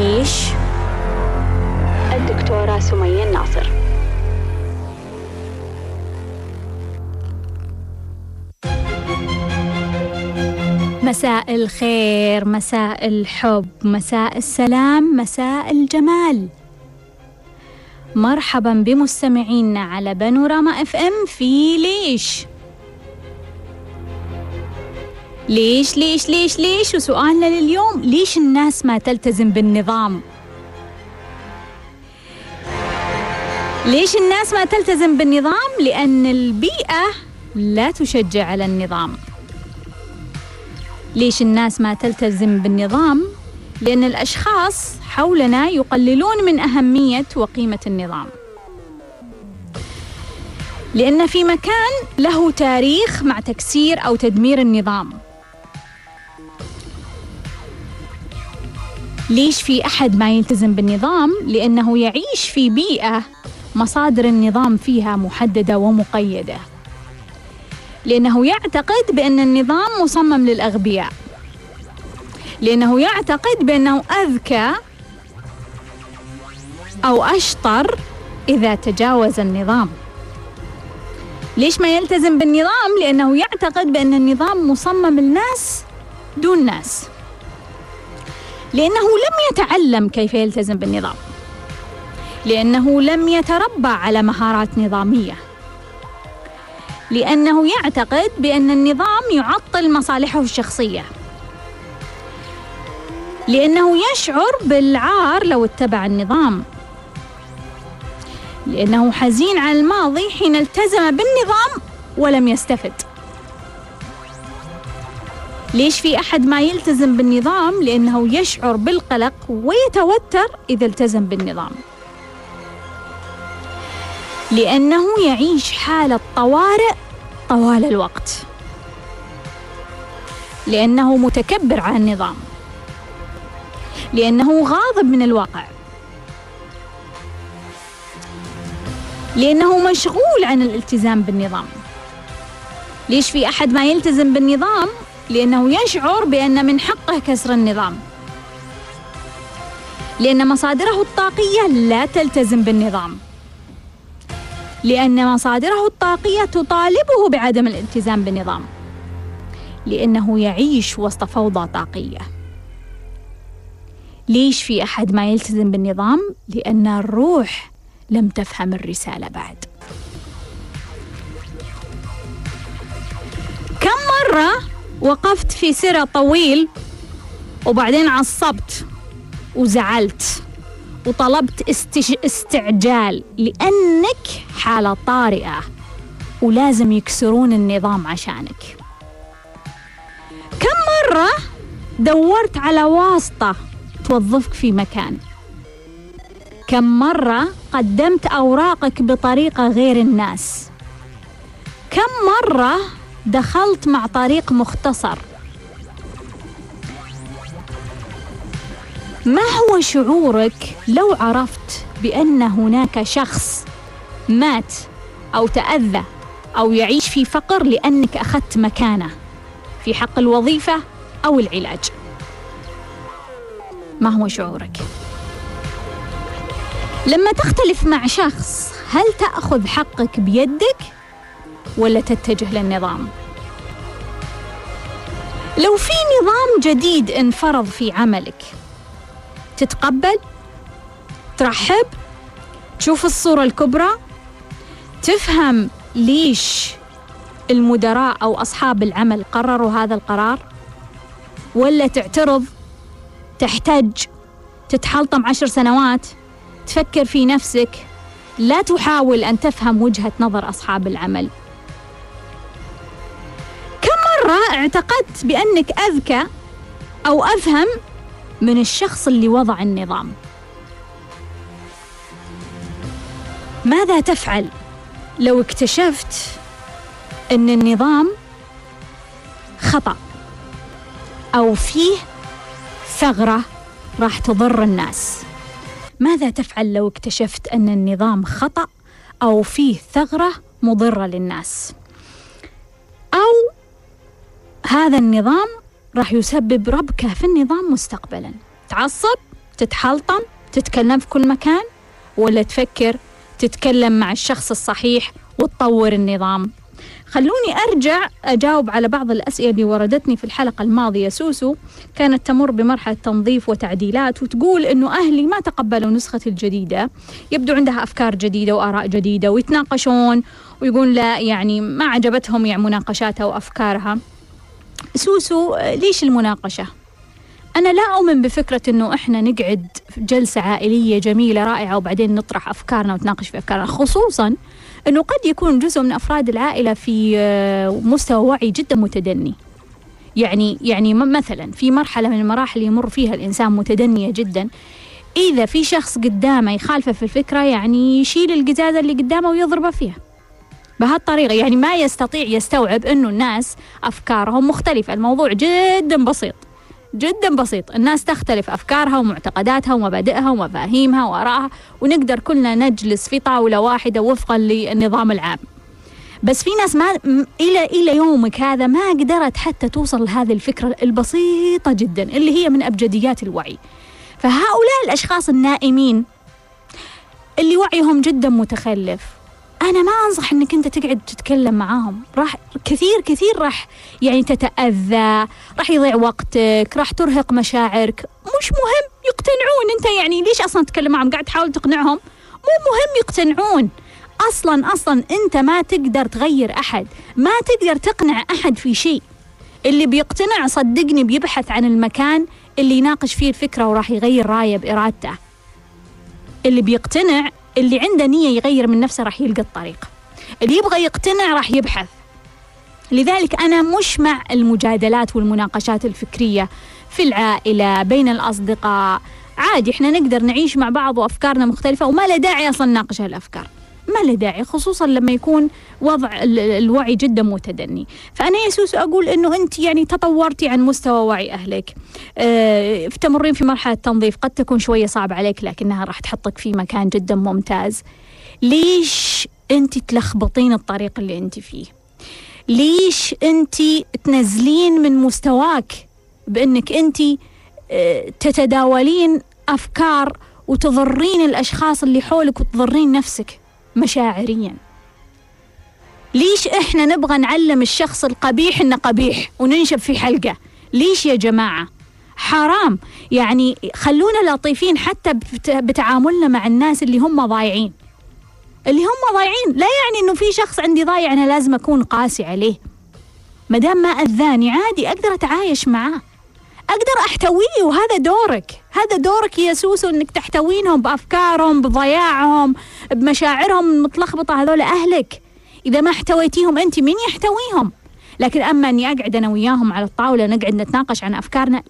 ليش؟ الدكتورة سمية الناصر. مساء الخير، مساء الحب، مساء السلام، مساء الجمال. مرحبا بمستمعينا على بانوراما اف ام في ليش. ليش ليش ليش ليش؟ وسؤالنا لليوم: ليش الناس ما تلتزم بالنظام؟ ليش الناس ما تلتزم بالنظام؟ لأن البيئة لا تشجع على النظام. ليش الناس ما تلتزم بالنظام؟ لأن الأشخاص حولنا يقللون من أهمية وقيمة النظام، لأن في مكان له تاريخ مع تكسير أو تدمير النظام. ليش في أحد ما يلتزم بالنظام؟ لأنه يعيش في بيئة مصادر النظام فيها محددة ومقيدة، لأنه يعتقد بأن النظام مصمم للأغبياء، لأنه يعتقد بأنه أذكى أو أشطر إذا تجاوز النظام. ليش ما يلتزم بالنظام؟ لأنه يعتقد بأن النظام مصمم للناس دون ناس، لأنه لم يتعلم كيف يلتزم بالنظام، لأنه لم يتربى على مهارات نظامية، لأنه يعتقد بأن النظام يعطل مصالحه الشخصية، لأنه يشعر بالعار لو اتبع النظام، لأنه حزين على الماضي حين التزم بالنظام ولم يستفد. ليش في أحد ما يلتزم بالنظام؟ لأنه يشعر بالقلق ويتوتر إذا التزم بالنظام، لأنه يعيش حالة طوارئ طوال الوقت، لأنه متكبر على النظام، لأنه غاضب من الواقع، لأنه مشغول عن الالتزام بالنظام. ليش في أحد ما يلتزم بالنظام؟ لأنه يشعر بأن من حقه كسر النظام، لأن مصادره الطاقية لا تلتزم بالنظام، لأن مصادره الطاقية تطالبه بعدم الالتزام بالنظام، لأنه يعيش وسط فوضى طاقية. ليش في أحد ما يلتزم بالنظام؟ لأن الروح لم تفهم الرسالة بعد. كم مرة وقفت في سرة طويل وبعدين عصبت وزعلت وطلبت استعجال لأنك حالة طارئة ولازم يكسرون النظام عشانك؟ كم مرة دورت على واسطة توظفك في مكان؟ كم مرة قدمت أوراقك بطريقة غير الناس؟ كم مرة دخلت مع طريق مختصر؟ ما هو شعورك لو عرفت بأن هناك شخص مات أو تأذى أو يعيش في فقر لأنك أخذت مكانه في حق الوظيفة أو العلاج؟ ما هو شعورك؟ لما تختلف مع شخص، هل تأخذ حقك بيدك ولا تتجه للنظام؟ لو في نظام جديد انفرض في عملك، تتقبل؟ ترحب؟ تشوف الصورة الكبرى؟ تفهم ليش المدراء أو أصحاب العمل قرروا هذا القرار؟ ولا تعترض، تحتج، تتحلطم 10 سنوات، تفكر في نفسك، لا تحاول أن تفهم وجهة نظر أصحاب العمل؟ كم مرة اعتقدت بأنك أذكى أو أفهم من الشخص اللي وضع النظام؟ ماذا تفعل لو اكتشفت أن النظام خطأ أو فيه ثغرة راح تضر الناس؟ ماذا تفعل لو اكتشفت أن النظام خطأ أو فيه ثغرة مضرة للناس، أو هذا النظام راح يسبب ربكة في النظام مستقبلا؟ تعصب؟ تتحلطم تتكلم في كل مكان، ولا تفكر تتكلم مع الشخص الصحيح وتطور النظام؟ خلوني أرجع أجاوب على بعض الأسئلة اللي وردتني في الحلقة الماضية. سوسو كانت تمر بمرحلة تنظيف وتعديلات، وتقول إنه أهلي ما تقبلوا نسختي الجديدة، يبدو عندها أفكار جديدة وآراء جديدة ويتناقشون، ويقول لا يعني ما عجبتهم يعني مناقشاتها وأفكارها. سوسو ليش المناقشة؟ أنا لا أؤمن بفكرة إنه إحنا نقعد في جلسة عائلية جميلة رائعة وبعدين نطرح أفكارنا ونتناقش في أفكارنا، خصوصاً إنه قد يكون جزء من أفراد العائلة في مستوى وعي جدا متدني. يعني مثلا في مرحلة من المراحل يمر فيها الإنسان متدنية جدا، إذا في شخص قدامه يخالفه في الفكرة يعني يشيل القزازة اللي قدامه ويضربه فيها بهالطريقة. يعني ما يستطيع يستوعب إنه الناس أفكارهم مختلفة. الموضوع جدا بسيط جدا بسيط، الناس تختلف أفكارها ومعتقداتها ومبادئها ومفاهيمها وآرائها، ونقدر كلنا نجلس في طاولة واحدة وفقا للنظام العام. بس في ناس ما إلى يومك هذا ما قدرت حتى توصل لهذه الفكرة البسيطة جدا اللي هي من أبجديات الوعي. فهؤلاء الأشخاص النائمين اللي وعيهم جدا متخلف، أنا ما أنصح أنك أنت تقعد تتكلم معاهم، راح كثير راح يعني تتأذى، راح يضيع وقتك، راح ترهق مشاعرك. مش مهم يقتنعون، أنت يعني ليش أصلا تتكلم معهم؟ قاعد تحاول تقنعهم؟ مو مهم يقتنعون. أصلا أنت ما تقدر تغير أحد، ما تقدر تقنع أحد في شيء. اللي بيقتنع صدقني بيبحث عن المكان اللي يناقش فيه الفكرة وراح يغير رأيه بإرادته. اللي بيقتنع، اللي عنده نية يغير من نفسه راح يلقى الطريق، اللي يبغى يقتنع راح يبحث. لذلك أنا مش مع المجادلات والمناقشات الفكرية في العائلة بين الأصدقاء. عادي إحنا نقدر نعيش مع بعض وأفكارنا مختلفة وما له داعي أصلا نناقش هالأفكار، ما له داعي، خصوصا لما يكون وضع الوعي جدا متدني. فأنا يا سوسو أقول إنه أنت يعني تطورتي عن مستوى وعي أهلك، تمرين في مرحلة تنظيف قد تكون شوية صعب عليك لكنها راح تحطك في مكان جدا ممتاز. ليش أنت تلخبطين الطريق اللي أنت فيه؟ ليش أنت تنزلين من مستواك بأنك أنت تتداولين أفكار وتضرين الأشخاص اللي حولك وتضرين نفسك مشاعريا؟ ليش إحنا نبغى نعلم الشخص القبيح إنه قبيح وننشب في حلقة؟ ليش يا جماعة؟ حرام. يعني خلونا لطيفين حتى بتعاملنا مع الناس اللي هم ضايعين. لا يعني إنه في شخص عندي ضايع أنا لازم أكون قاسي عليه. مدام ما أذاني عادي أقدر أتعايش معاه، أقدر أحتويه، وهذا دورك يا سوسو، إنك تحتوينهم بأفكارهم بضياعهم بمشاعرهم المتلخبطة. هذول أهلك، إذا ما احتويتيهم أنت مين يحتويهم؟ لكن أما أني أقعد أنا وياهم على الطاولة نقعد نتناقش عن أفكارنا،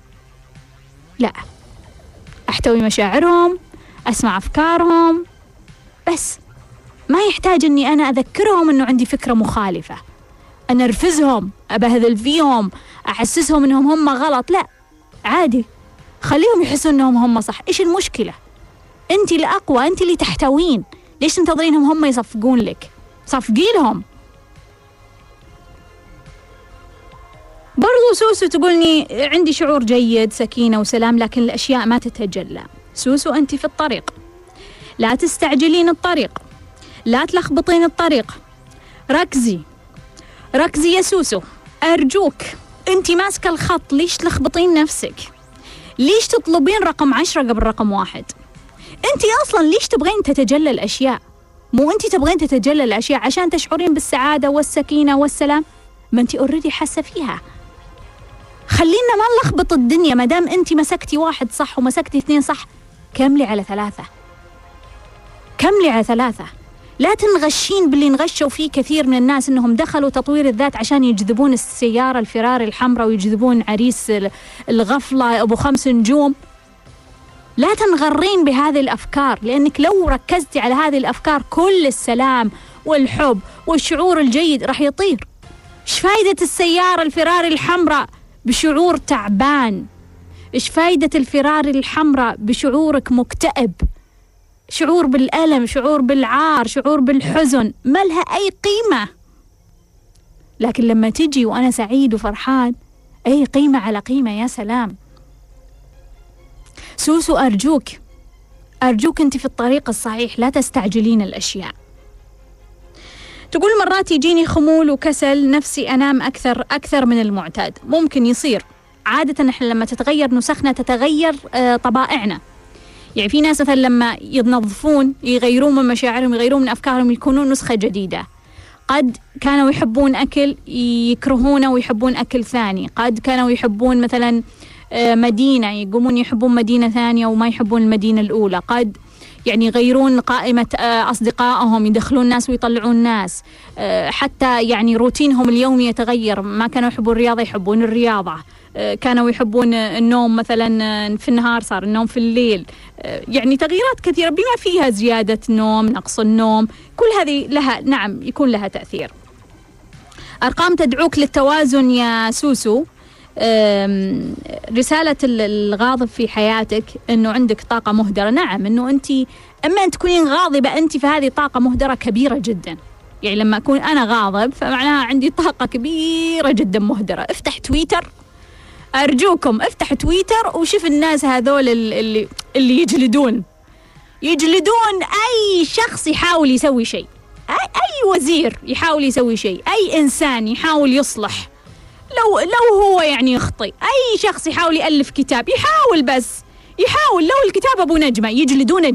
لا، أحتوي مشاعرهم، أسمع أفكارهم، بس ما يحتاج أني أنا أذكرهم أنه عندي فكرة مخالفة، أنرفزهم، أبهذل فيهم، أحسسهم أنهم هم غلط. لا، عادي، خليهم يحسوا أنهم هم صح. إيش المشكلة؟ أنت الأقوى، أنت اللي تحتوين، ليش تنتظرينهم هم يصفقون لك؟ صفقي لهم. برضو سوسو تقولني عندي شعور جيد، سكينة وسلام، لكن الأشياء ما تتجلى. سوسو أنت في الطريق، لا تستعجلين الطريق، لا تلخبطين الطريق، ركزي يا سوسو أرجوك. أنت ماسكة الخط، ليش تلخبطين نفسك؟ ليش تطلبين رقم 10 قبل رقم 1؟ أنت أصلا ليش تبغين تتجلى الأشياء؟ مو أنت تبغين تتجلى الأشياء عشان تشعرين بالسعادة والسكينة والسلام؟ ما أنت أوريدي حاسة فيها. خلينا ما نلخبط الدنيا. ما دام أنت مسكتي 1 صح ومسكتي 2 صح، كملي على 3. لا تنغشين باللي نغشوا فيه كثير من الناس، إنهم دخلوا تطوير الذات عشان يجذبون السيارة الفراري الحمراء ويجذبون عريس الغفلة أبو 5 نجوم. لا تنغرين بهذه الأفكار، لأنك لو ركزتي على هذه الأفكار كل السلام والحب والشعور الجيد راح يطير. إيش فايدة السيارة الفراري الحمراء بشعور تعبان؟ إيش فايدة الفراري الحمراء بشعورك مكتئب؟ شعور بالألم، شعور بالعار، شعور بالحزن، ما لها أي قيمة. لكن لما تجي وأنا سعيد وفرحان، أي قيمة على قيمة، يا سلام. سوسو أرجوك أنت في الطريق الصحيح، لا تستعجلين الأشياء. تقول مرات يجيني خمول وكسل نفسي، أنام أكثر من المعتاد. ممكن يصير، عادة إحنا لما تتغير نسخنا تتغير طبائعنا. يعني في ناس مثلا لما ينظفون يغيرون من مشاعرهم، يغيرون من أفكارهم، يكونون نسخة جديدة. قد كانوا يحبون أكل يكرهونه ويحبون أكل ثاني. قد كانوا يحبون مثلا مدينة يقومون يحبون مدينة ثانية وما يحبون المدينة الأولى. قد يعني يغيرون قائمة أصدقائهم، يدخلون ناس ويطلعون ناس. حتى يعني روتينهم اليومي يتغير، ما كانوا يحبون الرياضة يحبون الرياضة. كانوا يحبون النوم مثلا في النهار صار النوم في الليل. يعني تغييرات كثيرة بما فيها زيادة النوم، نقص النوم، كل هذه لها نعم يكون لها تأثير. أرقام تدعوك للتوازن يا سوسو. رسالة الغاضب في حياتك أنه عندك طاقة مهدرة. نعم أنه أنت أما أن تكونين غاضبة أنت فهذه طاقة مهدرة كبيرة جدا. يعني لما أكون أنا غاضب فمعناها عندي طاقة كبيرة جدا مهدرة. افتح تويتر، أرجوكم افتح تويتر وشوف الناس هذول اللي يجلدون أي شخص يحاول يسوي شيء، أي وزير يحاول يسوي شيء، أي إنسان يحاول يصلح، لو هو يعني يخطئ، أي شخص يحاول يألف كتاب، يحاول لو الكتاب أبو نجمة يجلدون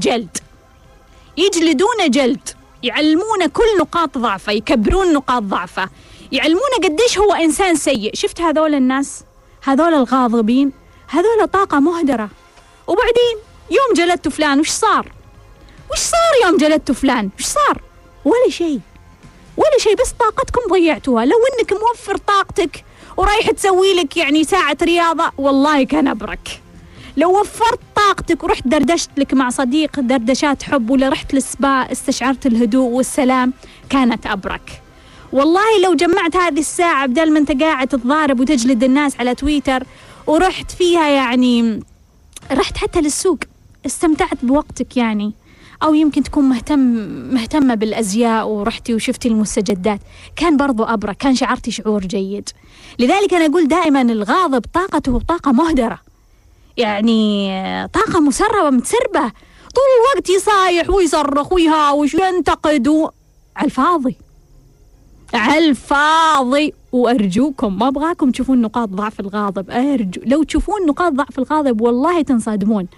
جلد، يعلمون كل نقاط ضعفه، يكبرون نقاط ضعفه، يعلمون قديش هو إنسان سيء. شفت هذول الناس، هذول الغاضبين، هذول طاقة مهدرة. وبعدين يوم جلدت فلان وش صار يوم جلدت فلان؟ وش صار؟ ولا شيء، بس طاقتكم ضيعتوها. لو انك موفر طاقتك ورايح تسوي لك يعني ساعة رياضة والله كان أبرك. لو وفرت طاقتك ورحت دردشت لك مع صديق دردشات حب، ولا رحت للسبا استشعرت الهدوء والسلام، كانت أبرك. والله لو جمعت هذه الساعة بدل ما انت قاعد تتضارب وتجلد الناس على تويتر ورحت فيها يعني رحت حتى للسوق استمتعت بوقتك يعني، أو يمكن تكون مهتمة بالأزياء ورحتي وشفتي المستجدات، كان برضو أبرك، كان شعرتي شعور جيد. لذلك أنا أقول دائما الغاضب طاقته طاقة مهدرة، يعني طاقة مسربة متسربة طول الوقت، يصايح ويصرخ ويهاوش وينتقد على الفاضي. وأرجوكم ما أبغاكم تشوفون نقاط ضعف الغاضب، لو تشوفون نقاط ضعف الغاضب والله تنصدمون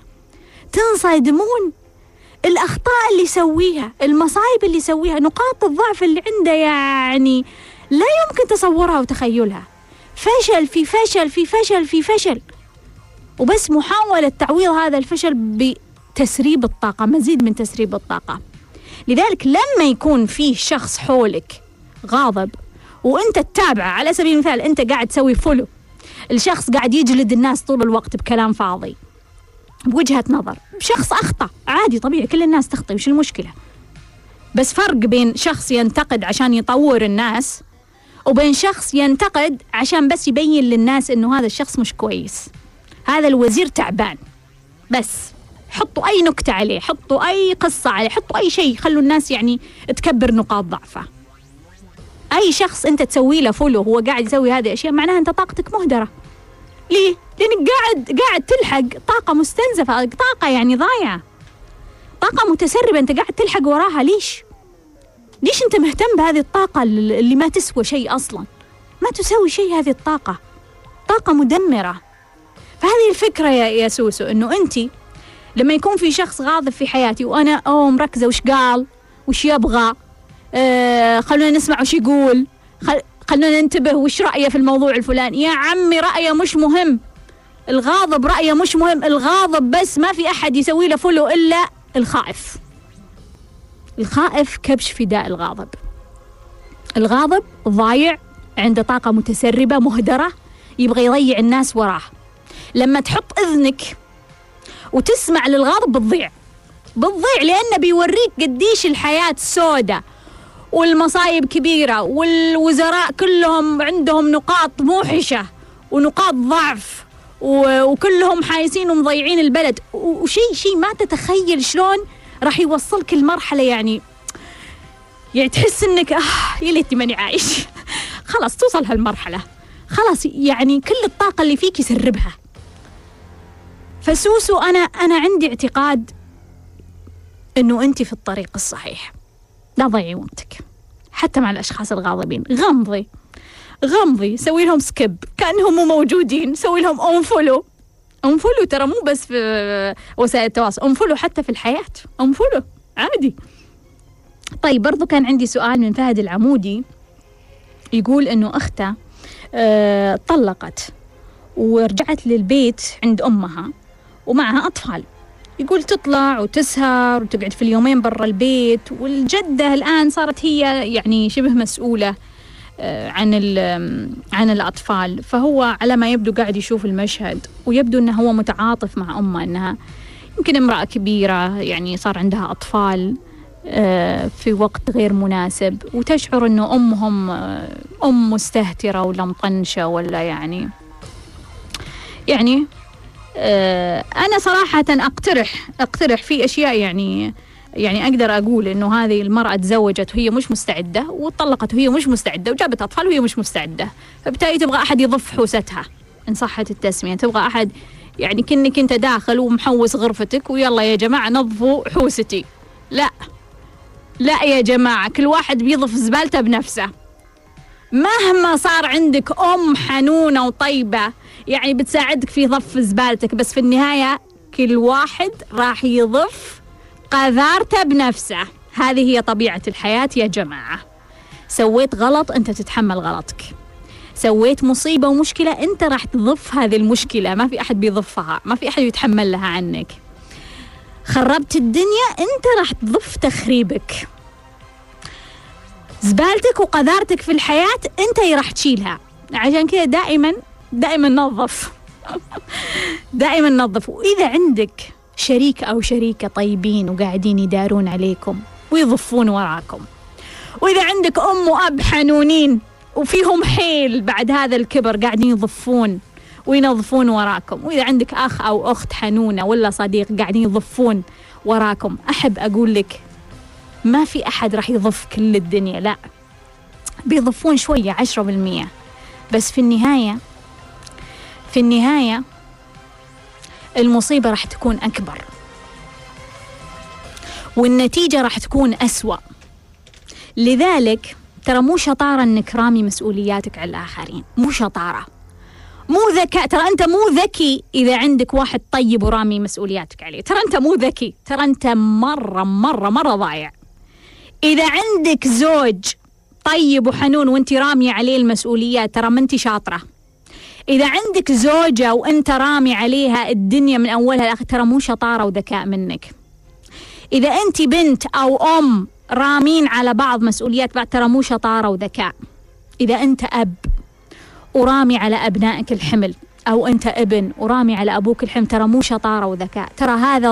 الأخطاء اللي يسويها، المصايب اللي يسويها، نقاط الضعف اللي عنده يعني لا يمكن تصورها وتخيلها. فشل في فشل في فشل في فشل، وبس محاولة تعويض هذا الفشل بتسريب الطاقة، مزيد من تسريب الطاقة. لذلك لما يكون فيه شخص حولك غاضب وانت تتابعه، على سبيل المثال انت قاعد تسوي فولو، الشخص قاعد يجلد الناس طول الوقت بكلام فاضي، بوجهة نظر، شخص أخطأ عادي طبيعي، كل الناس تخطئ، وش المشكلة؟ بس فرق بين شخص ينتقد عشان يطور الناس وبين شخص ينتقد عشان بس يبين للناس إنه هذا الشخص مش كويس، هذا الوزير تعبان. بس حطوا أي نكتة عليه، حطوا أي قصة عليه، حطوا أي شيء، خلوا الناس يعني تكبر نقاط ضعفه. أي شخص أنت تسوي له فولو هو قاعد يسوي هذه الأشياء، معناها أنت طاقتك مهدرة. ليه؟ لأنك قاعد تلحق طاقة مستنزفة، طاقة يعني ضايعة، طاقة متسربة أنت قاعد تلحق وراها. ليش أنت مهتم بهذه الطاقة اللي ما تسوى شيء أصلا، ما تسوي شيء، هذه الطاقة طاقة مدمرة. فهذه الفكرة يا سوسو، أنه أنت لما يكون في شخص غاضب في حياتي وأنا مركزة وش قال وش يبغى، خلونا نسمع وش يقول، خلونا ننتبه وش رأيه في الموضوع الفلاني. يا عمي رأيه مش مهم، الغاضب رأيه مش مهم، الغاضب بس ما في أحد يسوي له فولو إلا الخائف كبش فداء الغاضب ضايع، عنده طاقة متسربة مهدرة، يبغى يضيع الناس وراه. لما تحط إذنك وتسمع للغاضب بتضيع، لأنه بيوريك قديش الحياة سودة والمصايب كبيرة، والوزراء كلهم عندهم نقاط موحشة ونقاط ضعف، وكلهم حايسين ومضيعين البلد، وشيء ما تتخيل شلون راح يوصلك المرحلة يعني تحس انك يا ليتني ماني عايش. خلاص توصل هالمرحلة، خلاص يعني كل الطاقة اللي فيك يسربها. فسوسو أنا عندي اعتقاد إنه أنت في الطريق الصحيح، لا ضيعي وقتك حتى مع الأشخاص الغاضبين. غمضي، سوي لهم سكيب كأنهم مو موجودين، سوي لهم أنفولو. ترى مو بس في وسائل التواصل، أنفولو حتى في الحياة، أنفولو عادي. طيب برضو كان عندي سؤال من فهد العمودي، يقول إنه أخته طلقت ورجعت للبيت عند أمها ومعها أطفال، يقول تطلع وتسهر وتقعد في اليومين برا البيت، والجدة الآن صارت هي يعني شبه مسؤولة عن الأطفال. فهو على ما يبدو قاعد يشوف المشهد، ويبدو أنه هو متعاطف مع أمه، أنها يمكن امرأة كبيرة يعني صار عندها أطفال في وقت غير مناسب، وتشعر أنه أمهم أم مستهترة ولا مطنشة ولا يعني أنا صراحة أقترح في أشياء يعني أقدر أقول إنه هذه المرأة تزوجت وهي مش مستعدة، وطلقت وهي مش مستعدة، وجابت أطفال وهي مش مستعدة، فبالتالي تبغى أحد يضف حوستها إن صحت التسمية، تبغى أحد يعني كأنك أنت داخل ومحوس غرفتك ويلا يا جماعة نظفوا حوستي. لا يا جماعة، كل واحد بيضف زبالته بنفسه. مهما صار عندك أم حنونة وطيبة يعني بتساعدك في ضف زبالتك، بس في النهاية كل واحد راح يضف قذارته بنفسه. هذه هي طبيعة الحياة يا جماعة. سويت غلط أنت تتحمل غلطك، سويت مصيبة ومشكلة أنت راح تضف هذه المشكلة، ما في أحد بيضفها، ما في أحد يتحمل لها عنك. خربت الدنيا أنت راح تضف تخريبك. زبالتك وقذارتك في الحياة أنت راح تشيلها. عشان كذا دائما نظف دائما نظف. وإذا عندك شريك أو شريكة طيبين وقاعدين يدارون عليكم ويضفون وراكم، وإذا عندك أم وأب حنونين وفيهم حيل بعد هذا الكبر قاعدين يضفون وينظفون وراكم، وإذا عندك أخ أو أخت حنونة ولا صديق قاعدين يضفون وراكم، أحب أقول لك ما في أحد راح يضف كل الدنيا، لا، بيضفون شوية 10%، بس في النهاية المصيبة راح تكون أكبر والنتيجة راح تكون أسوأ. لذلك ترى مو شطارة أنك رامي مسؤولياتك على الآخرين، مو شطارة، مو ذكاء. ترى أنت مو ذكي إذا عندك واحد طيب ورامي مسؤولياتك عليه، ترى أنت مو ذكي، ترى أنت مرة ضايع. إذا عندك زوج طيب وحنون وأنت رامي عليه المسؤوليات، ترى ما أنت شاطرة. إذا عندك زوجة وأنت رامي عليها الدنيا من أولها لآخرها، ترى مو شطارة وذكاء منك. إذا أنت بنت أو أم رامين على بعض مسؤوليات بعد، ترى مو شطارة وذكاء. إذا أنت أب ورامي على أبنائك الحمل، أو أنت ابن ورامي على أبوك الحمل، ترى مو شطارة وذكاء، ترى هذا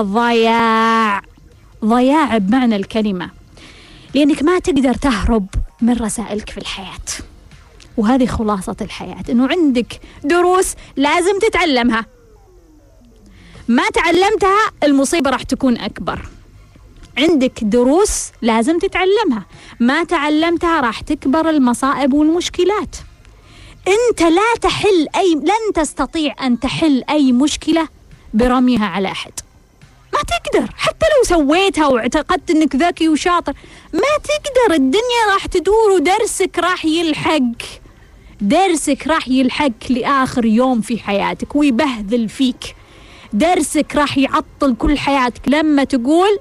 ضياع بمعنى الكلمة، لأنك ما تقدر تهرب من رسائلك في الحياة. وهذه خلاصة الحياة، إنه عندك دروس لازم تتعلمها، ما تعلمتها المصيبة راح تكون أكبر. عندك دروس لازم تتعلمها، ما تعلمتها راح تكبر المصائب والمشكلات. أنت لن تستطيع أن تحل أي مشكلة برميها على أحد، ما تقدر. حتى لو سويتها واعتقدت أنك ذكي وشاطر، ما تقدر. الدنيا راح تدور ودرسك راح يلحق لآخر يوم في حياتك ويبهذل فيك. درسك راح يعطل كل حياتك لما تقول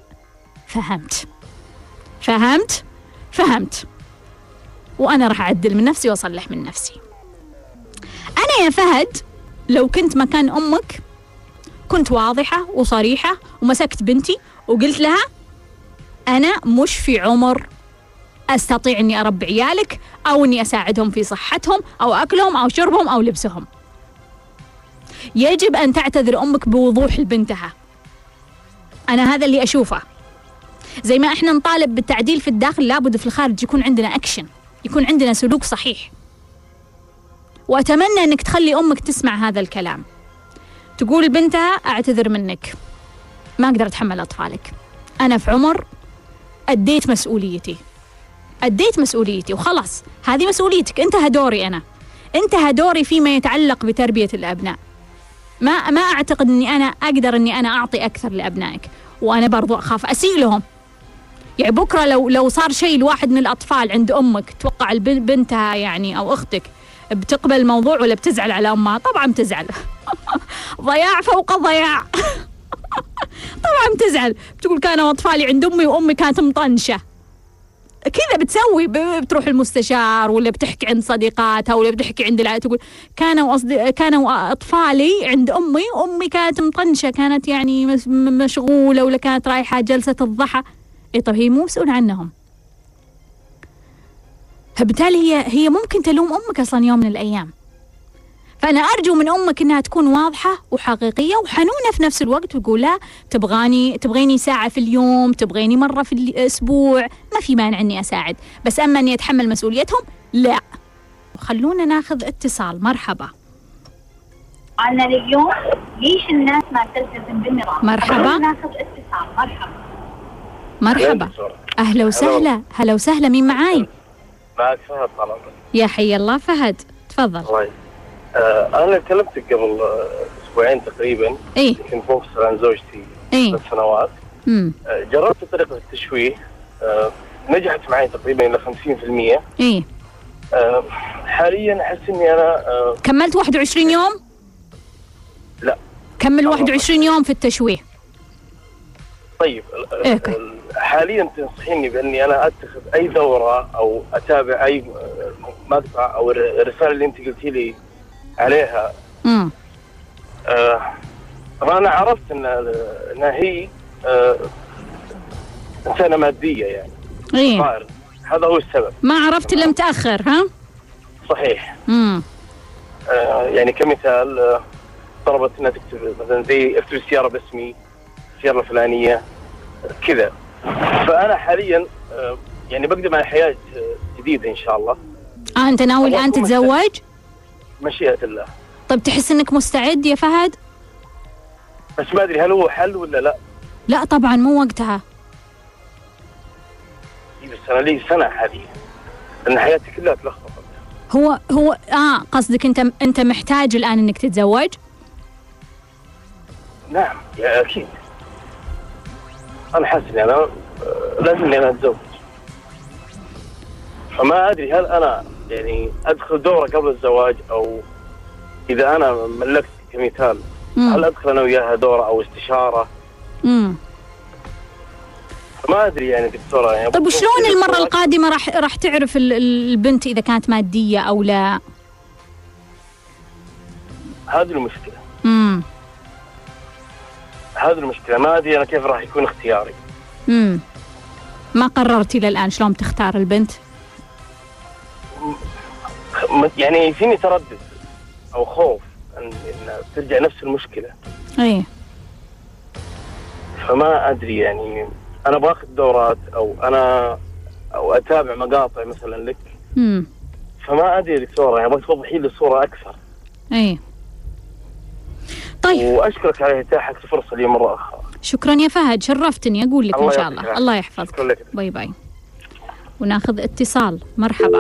فهمت وأنا راح أعدل من نفسي وأصلح من نفسي. أنا يا فهد لو كنت مكان أمك كنت واضحة وصريحة ومسكت بنتي وقلت لها أنا مش في عمر أستطيع أني أربي عيالك أو أني أساعدهم في صحتهم أو أكلهم أو شربهم أو لبسهم. يجب أن تعتذر أمك بوضوح لبنتها. أنا هذا اللي أشوفه. زي ما إحنا نطالب بالتعديل في الداخل، لابد في الخارج يكون عندنا أكشن، يكون عندنا سلوك صحيح. وأتمنى أنك تخلي أمك تسمع هذا الكلام، تقول لبنتها أعتذر منك، ما أقدر أتحمل أطفالك، أنا في عمر أديت مسؤوليتي وخلاص، هذه مسؤوليتك، انتهى دوري فيما يتعلق بتربية الأبناء. ما أعتقد أني أنا أقدر أني أنا أعطي أكثر لأبنائك، وأنا برضو أخاف أسيء لهم. يعني بكرة لو صار شيء لواحد من الأطفال عند أمك، توقع بنتها يعني أو أختك بتقبل الموضوع ولا بتزعل على أمها؟ طبعا بتزعل. ضياع فوق ضياع. طبعا بتزعل، بتقول كانوا أطفالي عند أمي وأمي كانت مطنشة. كذا بتسوي، بتروح المستشار ولا بتحكي عند صديقاتها ولا بتحكي عند العائلة، تقول كانوا أطفالي عند أمي وأمي كانت مطنشة، كانت يعني مشغولة ولا كانت رايحة جلسة الضحى. إيه طب هي مو مسؤولة عنهم، فبالتالي هي ممكن تلوم أمك أصلا يوم من الأيام. فأنا أرجو من أمك إنها تكون واضحة وحقيقية وحنونة في نفس الوقت، وتقول لا تبغيني ساعة في اليوم، تبغيني مرة في الأسبوع، ما في مانع إني أساعد، بس أما إني أتحمل مسؤوليتهم لا. خلونا ناخذ اتصال. مرحبا. أنا اليوم ليش الناس ما تلتزم بالنظام؟ مرحبا. ناخذ اتصال. مرحبا. أهلا وسهلا. هلا وسهلا، مين معاي؟ معك فهد طبعا. يا حي الله فهد، تفضل. أنا كلمتك قبل أسبوعين تقريبا. كنت منفصل عن زوجتي 3 سنوات. جربت طريقة التشويه، نجحت معي تقريبا إلى 50%. حاليا أحس إني أنا كملت 21 يوم؟ لا، كمل 21 يوم في التشويه. طيب حاليا تنصحيني بأني أنا أتخذ أي دورة أو أتابع أي مقطع أو الرسالة اللي أنت قلتي لي عليها؟ أنا عرفت إنها هي إنسانة مادية يعني. هذا هو السبب. ما عرفت إلا متأخر، ها؟ صحيح. يعني كمثال طلبت إنها تكتب مثلا زي اكتب السيارة باسمي، السيارة الفلانية كذا. فأنا حاليا يعني بقدم على حياة جديدة إن شاء الله. أنت ناوي الآن تتزوج؟ مشيئة الله. طيب تحس إنك مستعد يا فهد؟ بس ما أدري هل هو حل ولا لا. لا طبعا مو وقتها. بس أنا لي سنة حاليا لأن حياتي كلها تلخبطت. هو قصدك أنت محتاج الآن إنك تتزوج؟ نعم يا أكيد. أنا حاسس إني أنا لازم إني أنا أتزوج. فما أدري هل أنا يعني أدخل دورة قبل الزواج، أو إذا أنا ملكت كمثال هل أدخل أنا وياها دورة أو استشارة؟ ما أدري يعني دكتورة يعني. طيب وشلون المرة القادمة راح تعرف البنت إذا كانت مادية أو لا؟ هذه المشكلة. هذه المشكلة، ما أدري أنا كيف راح يكون اختياري. ما قررت إلى الآن شلون تختار البنت؟ يعني فيني تردد أو خوف أن ترجع نفس المشكلة. فما أدري يعني أنا باخذ دورات أو أتابع مقاطع مثلا لك. فما أدري دكتورة يعني توضحي لي الصورة أكثر. طيب وأشكرك على إتاحة الفرصة لي مرة أخرى. شكرا يا فهد، شرفتني. أقول لك إن شاء الله. الله يحفظك. باي باي. وناخذ اتصال. مرحبا.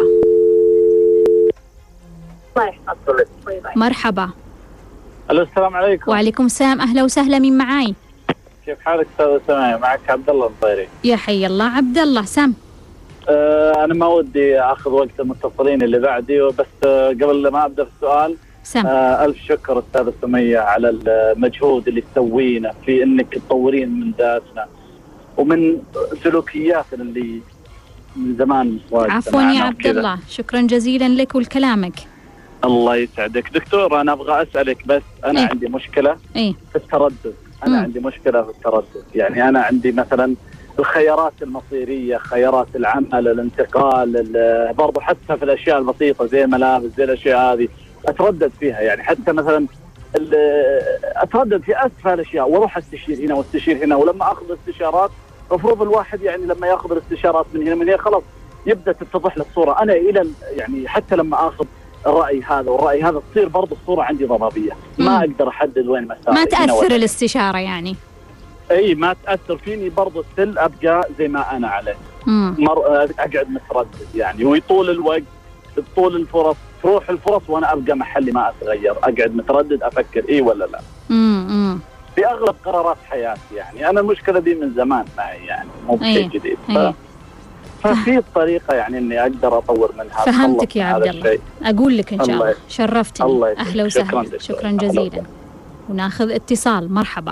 الله يحفظك. باي باي. مرحبا. الو السلام عليكم. وعليكم السلام. أهلا وسهلا، مين معاي؟ كيف حالك استاذ سماية؟ معك عبد الله الطيري. يا حي الله عبد الله. سام. انا ما ودي اخذ وقت المتصلين اللي بعدي، بس قبل ما ابدا في السؤال الف شكر استاذ سمية على المجهود اللي تسوينه في انك تطورين من ذاتنا ومن سلوكياتنا اللي من زمان. عفوا يا عبد الله، شكرا جزيلا لك ولكلامك. الله يسعدك. دكتور انا ابغى اسالك بس انا عندي مشكله في التردد. أنا عندي مشكلة في التردد. يعني أنا عندي مثلا الخيارات المصيرية، خيارات العمل، الانتقال، برضو حتى في الأشياء البسيطة زي الملابس زي الأشياء هذه أتردد فيها. يعني حتى مثلا أتردد في أسفل الأشياء وأروح أستشير هنا واستشير هنا. ولما أخذ استشارات مفروض الواحد يعني لما يأخذ الاستشارات من هنا خلاص يبدأ تتضح له الصورة. أنا إلى يعني حتى لما أخذ الرأي هذا والرأي هذا تصير برضو الصورة عندي ضبابية. ما أقدر أحدد وين مساري. ما تأثر الاستشارة يعني. ما تأثر فيني برضو ستيل أبقى زي ما أنا عليه. أقعد متردد يعني. ويطول الوقت، طول الفرص تروح الفرص وانا ابقى محلي ما اتغير، اقعد متردد افكر ايه ولا لا. في اغلب قرارات حياتي يعني انا المشكله دي من زمان معي يعني مو بشيء جديد. ففي طريقه يعني اني اقدر اطور منها. فهمتك يا عبد الله. اقول لك ان شاء الله شرفتني. اهلا وسهلا. شكرا جزيلا. وناخذ اتصال. مرحبا.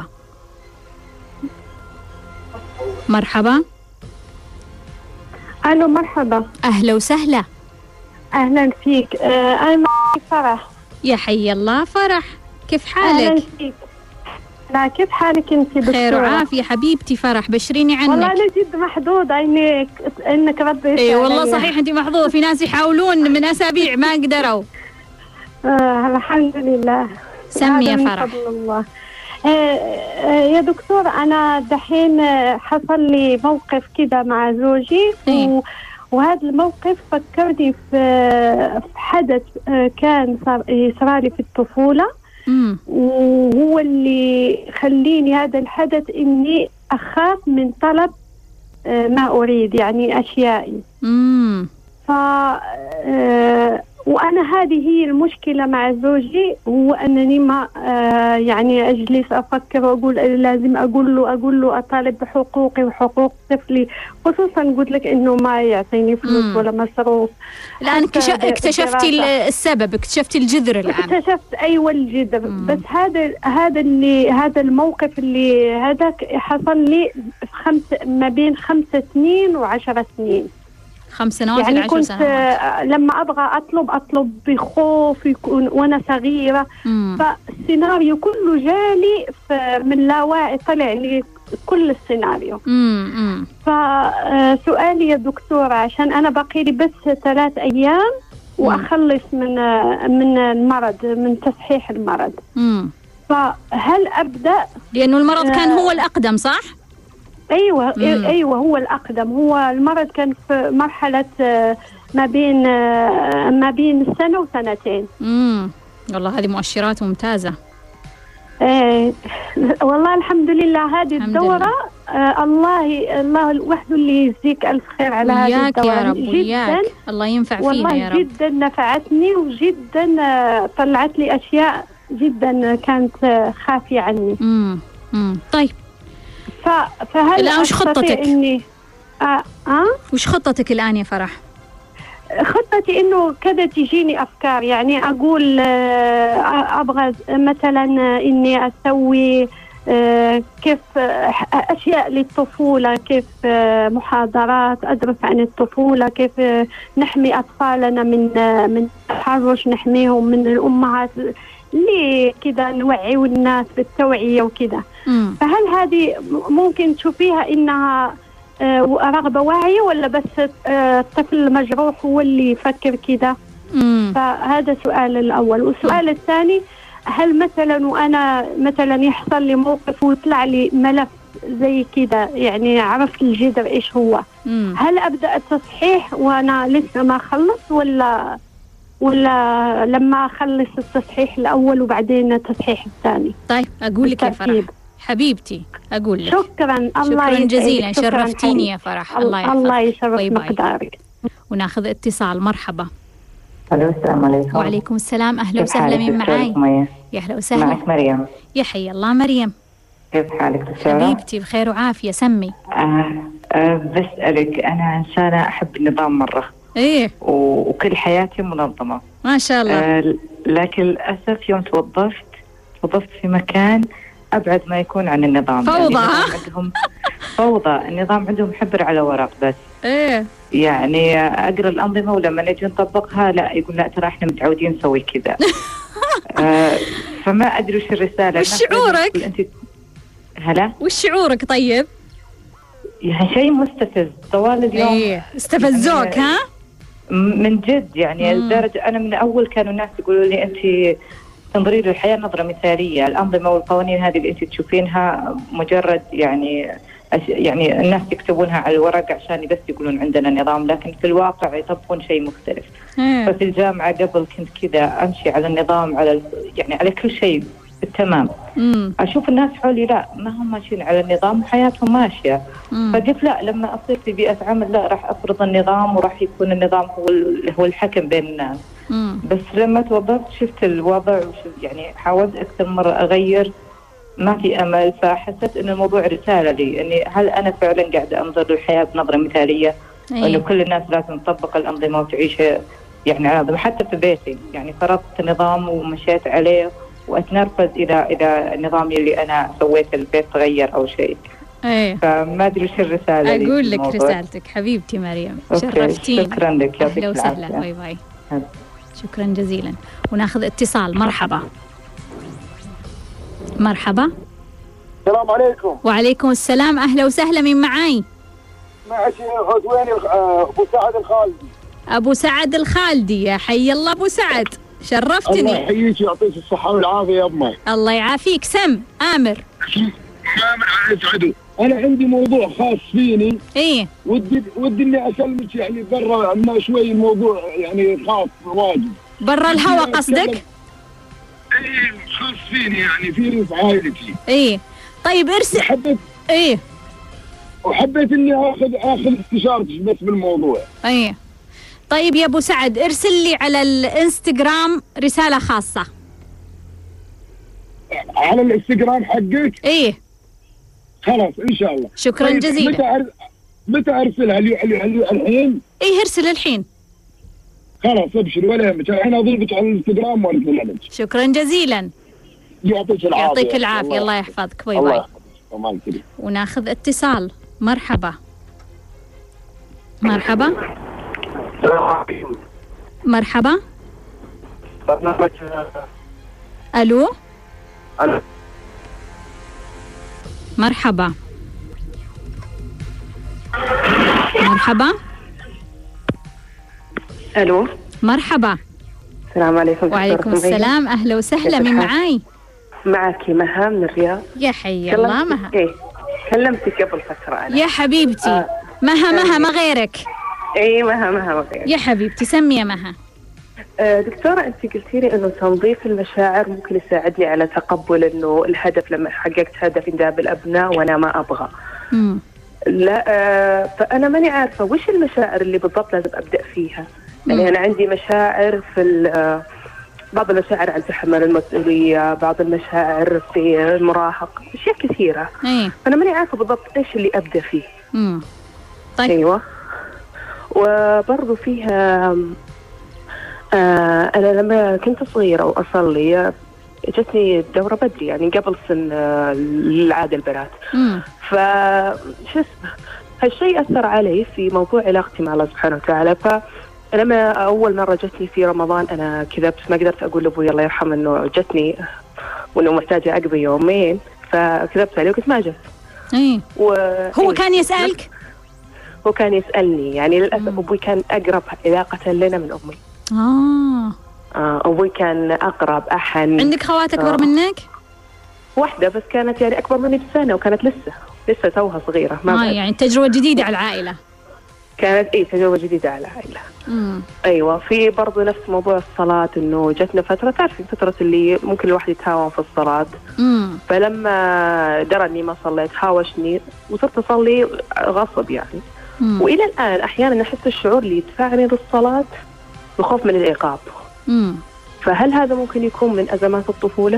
مرحبا. الو مرحبا. اهلا وسهلا. اهلا فيك. انا معي فرح. يا حي الله فرح، كيف حالك؟ اهلا فيك. لا كيف حالك انت دكتورة؟ خير وعافية حبيبتي فرح، بشريني عنك. والله انا جد محظوظة انك رديت. اي والله صحيح انت محظوظة، في ناس يحاولون من اسابيع ما قدروا. الحمد لله. سمي يا فرح. فضل الله. يا دكتور انا دحين حصل لي موقف كده مع زوجي. وهذا الموقف فكرني في حدث كان صار لي في الطفولة. وهو اللي خليني هذا الحدث اني اخاف من طلب ما اريد، يعني اشيائي. وانا هذه هي المشكله مع زوجي، هو انني ما يعني اجلس افكر واقول لازم اقول له اطالب بحقوقي وحقوق طفلي، خصوصا قلت لك انه ما يعطيني فلوس ولا مصروف. الان اكتشفتي السبب، اكتشفتي الجذر الان. اكتشفت ايوه الجذر. بس هذا الموقف اللي هذاك حصل لي ما بين 5 سنين و10 سنين. 5 سنوات يعني إلى 10 سنوات. كنت لما أبغى أطلب بخوف يكون وأنا صغيرة. فالسيناريو كله جالي من لاوعي، طلع لي كل السيناريو. فسؤالي يا دكتورة، عشان أنا باقي لي بس 3 أيام وأخلص من المرض، من تصحيح المرض. فهل أبدأ؟ لأنه المرض كان هو الأقدم صح؟ ايوه هو الاقدم. هو المرض كان في مرحله ما بين 1 و2 سنين. والله هذه مؤشرات ممتازه. والله الحمد لله. هذه الدوره الله وحده اللي يجزيك الف خير على هذه الدوره. يا رب وياك، الله ينفع فينا يا رب. والله جدا نفعتني وجدا طلعت لي اشياء جدا كانت خافيه عني. طيب فهل الآن وش خطتك؟ إني وش خطتك الآن يا فرح؟ خطتي إنه كذا تجيني أفكار، يعني أقول أبغى مثلا إني أسوي كيف أشياء للطفولة، كيف محاضرات أدرس عن الطفولة، كيف نحمي أطفالنا من التحرش، نحميهم من الأمهات، ليه كده نوعي الناس بالتوعية وكده. فهل هذه ممكن تشوفيها إنها رغبة واعية، ولا بس الطفل المجروح هو اللي يفكر كده؟ فهذا السؤال الأول. والسؤال الثاني، هل مثلا وأنا مثلا يحصل لي موقف ويطلع لي ملف زي كده، يعني عرفت الجذر إيش هو، هل أبدأ التصحيح وأنا لسه ما خلص، ولا لما أخلص التصحيح الأول وبعدين التصحيح الثاني؟ طيب أقول لك يا فرح حبيبتي، أقول لك شكرا جزيلا. شرفتيني يا فرح. الله يشرف مقدارك. وناخذ اتصال. مرحبا. الو السلام عليكم. وعليكم السلام. أهلا وسهلا. مين معاي؟ يا أهلا وسهلا. معك مريم. يا حي الله مريم. كيف حالك دكتورة؟ حبيبتي بخير وعافية. سمي. بسألك، أنا إنسانة أحب النظام مرة. إيه. وكل حياتي منظمة ما شاء الله. لكن للأسف يوم توظفت في مكان أبعد ما يكون عن النظام. فوضى. يعني عندهم فوضى. النظام عندهم حبر على ورق بس. إيه. يعني أقرأ الأنظمة ولما نجي نطبقها لا، يقول لا ترى إحنا متعودين نسوي كذا. فما أدري وش الرسالة. وش شعورك؟ أنت هلا؟ وش شعورك طيب؟ يعني شيء مستفز طوال اليوم. إيه. استفزوك يعني ها؟ من جد يعني لدرجة أنا من أول كانوا الناس يقولوا لي أنت تنظري للحياة نظرة مثالية، الأنظمة والقوانين هذه اللي أنت تشوفينها مجرد يعني الناس يكتبونها على الورق عشان بس يقولون عندنا نظام، لكن في الواقع يطبقون شيء مختلف. ففي الجامعة قبل كنت كذا أمشي على النظام، على كل شيء التمام. أشوف الناس حولي لا ما هم ماشيين على النظام وحياتهم ماشية. فقلت لا، لما أصير في بيئة عمل لا، راح أفرض النظام وراح يكون النظام هو الحكم بين الناس. بس لما توظفت شفت الوضع يعني حاولت أكثر مرة أغير، ما في أمل. فحسيت إن الموضوع رسالة لي إني هل أنا فعلا قاعدة أنظر للحياة بنظرة مثالية، وإنه كل الناس لازم تطبق الأنظمة وتعيش يعني على حتى في بيتي. يعني فرضت نظام ومشيت عليه وأتنرفز إذا النظام اللي أنا سويته البيت تغير أو شيء. فما أدري وش الرسالة. أقول لك رسالتك حبيبتي مريم، شرفتيني. شكرا لك، أهلا وسهلا. باي باي. شكرا جزيلا. وناخذ اتصال. مرحبا. مرحبا. السلام عليكم. وعليكم السلام، أهلا وسهلا. من معاي؟ مع عدواني أبو سعد الخالدي. أبو سعد الخالدي، يا حي الله أبو سعد، شرفتني. الله يحييك ويعطيك الصحة والعافية يا أمي. الله يعافيك. سم آمر. آمر على يسعده. أنا عندي موضوع خاص فيني. إيه. ودي إني أكلمك يعني برا عنا شوي، الموضوع يعني خاص واجد. برا الهوا قصدك؟ إيه خاص فيني، يعني فيني في عائلتي. إيه. طيب ارسل. إيه. وحبيت إني آخذ استشارتك بس بالموضوع. إيه. طيب يا أبو سعد، ارسل لي على الانستغرام رسالة خاصة. على الانستغرام حقك؟ إيه. خلاص إن شاء الله. شكرا طيب جزيلا. متى أرسلها؟ الحين؟ إيه ارسل الحين. خلاص ابشر ولا يهمك، الحين أضيفك على الانستغرام وأرسل عليك. شكرا جزيلا. يعطيك العافية. يعطيك العافية. الله يحفظك. باي باي. الله يحفظك. وناخذ اتصال. مرحبا. مرحبا. مرحبا. ألو. مرحبا. مرحبا. ألو. مرحبا. السلام عليكم. وعليكم السلام، أهلا وسهلا. من معاي؟ معك مها من الرياض. يا حي الله. مها. إيه كلمتك قبل فترة أنا. يا حبيبتي. مها ما غيرك. إيه مها ما غيرك يا حبيبتي. سمي يا مها. دكتورة أنت قلتي لي إنه تنظيف المشاعر ممكن يساعدني على تقبل إنه الهدف لما حققت هدف إنجاب الأبناء وأنا ما أبغى. لا فأنا ماني عارفة وش المشاعر اللي بالضبط لازم أبدأ فيها. يعني أنا عندي مشاعر في بعض المشاعر عن تحمل المسؤولية، بعض المشاعر في المراهق، أشياء كثيرة. فأنا ماني عارفة بالضبط إيش اللي أبدأ فيه. طيب. أيوة. وبرضو فيها أنا لما كنت صغيرة وأصلي جتني الدورة بدري، يعني قبل سن العادة البنات. فشو اسمه هالشيء أثر علي في موضوع علاقتي مع الله سبحانه وتعالى. فلما أول مرة جتني في رمضان أنا كذبت، ما قدرت أقول لأبوي الله يرحمه إنه جتني وإنه محتاجة أقضي يومين، فكذبت عليه وقلت ما جت. هو كان يسألك؟ هو كان يسألني، يعني للأسف أبوي كان أقرب علاقة لنا من أمي. أبوي كان أقرب أحن. عندك خوات أكبر منك؟ واحدة بس كانت يعني أكبر مني بسنة، وكانت لسه توها صغيرة. يعني تجربة جديدة على العائلة. كانت تجربة جديدة على العائلة. أيوة. في برضو نفس موضوع الصلاة، إنه جتنا فترة تعرفي فترة اللي ممكن الواحد يتهاون في الصلاة. فلما درى إني ما صليت هاوشني وصرت أصلي غصب يعني. وإلى الآن أحيانا أحس الشعور اللي يدفعني للصلاة بخوف من العقاب. فهل هذا ممكن يكون من أزمات الطفولة؟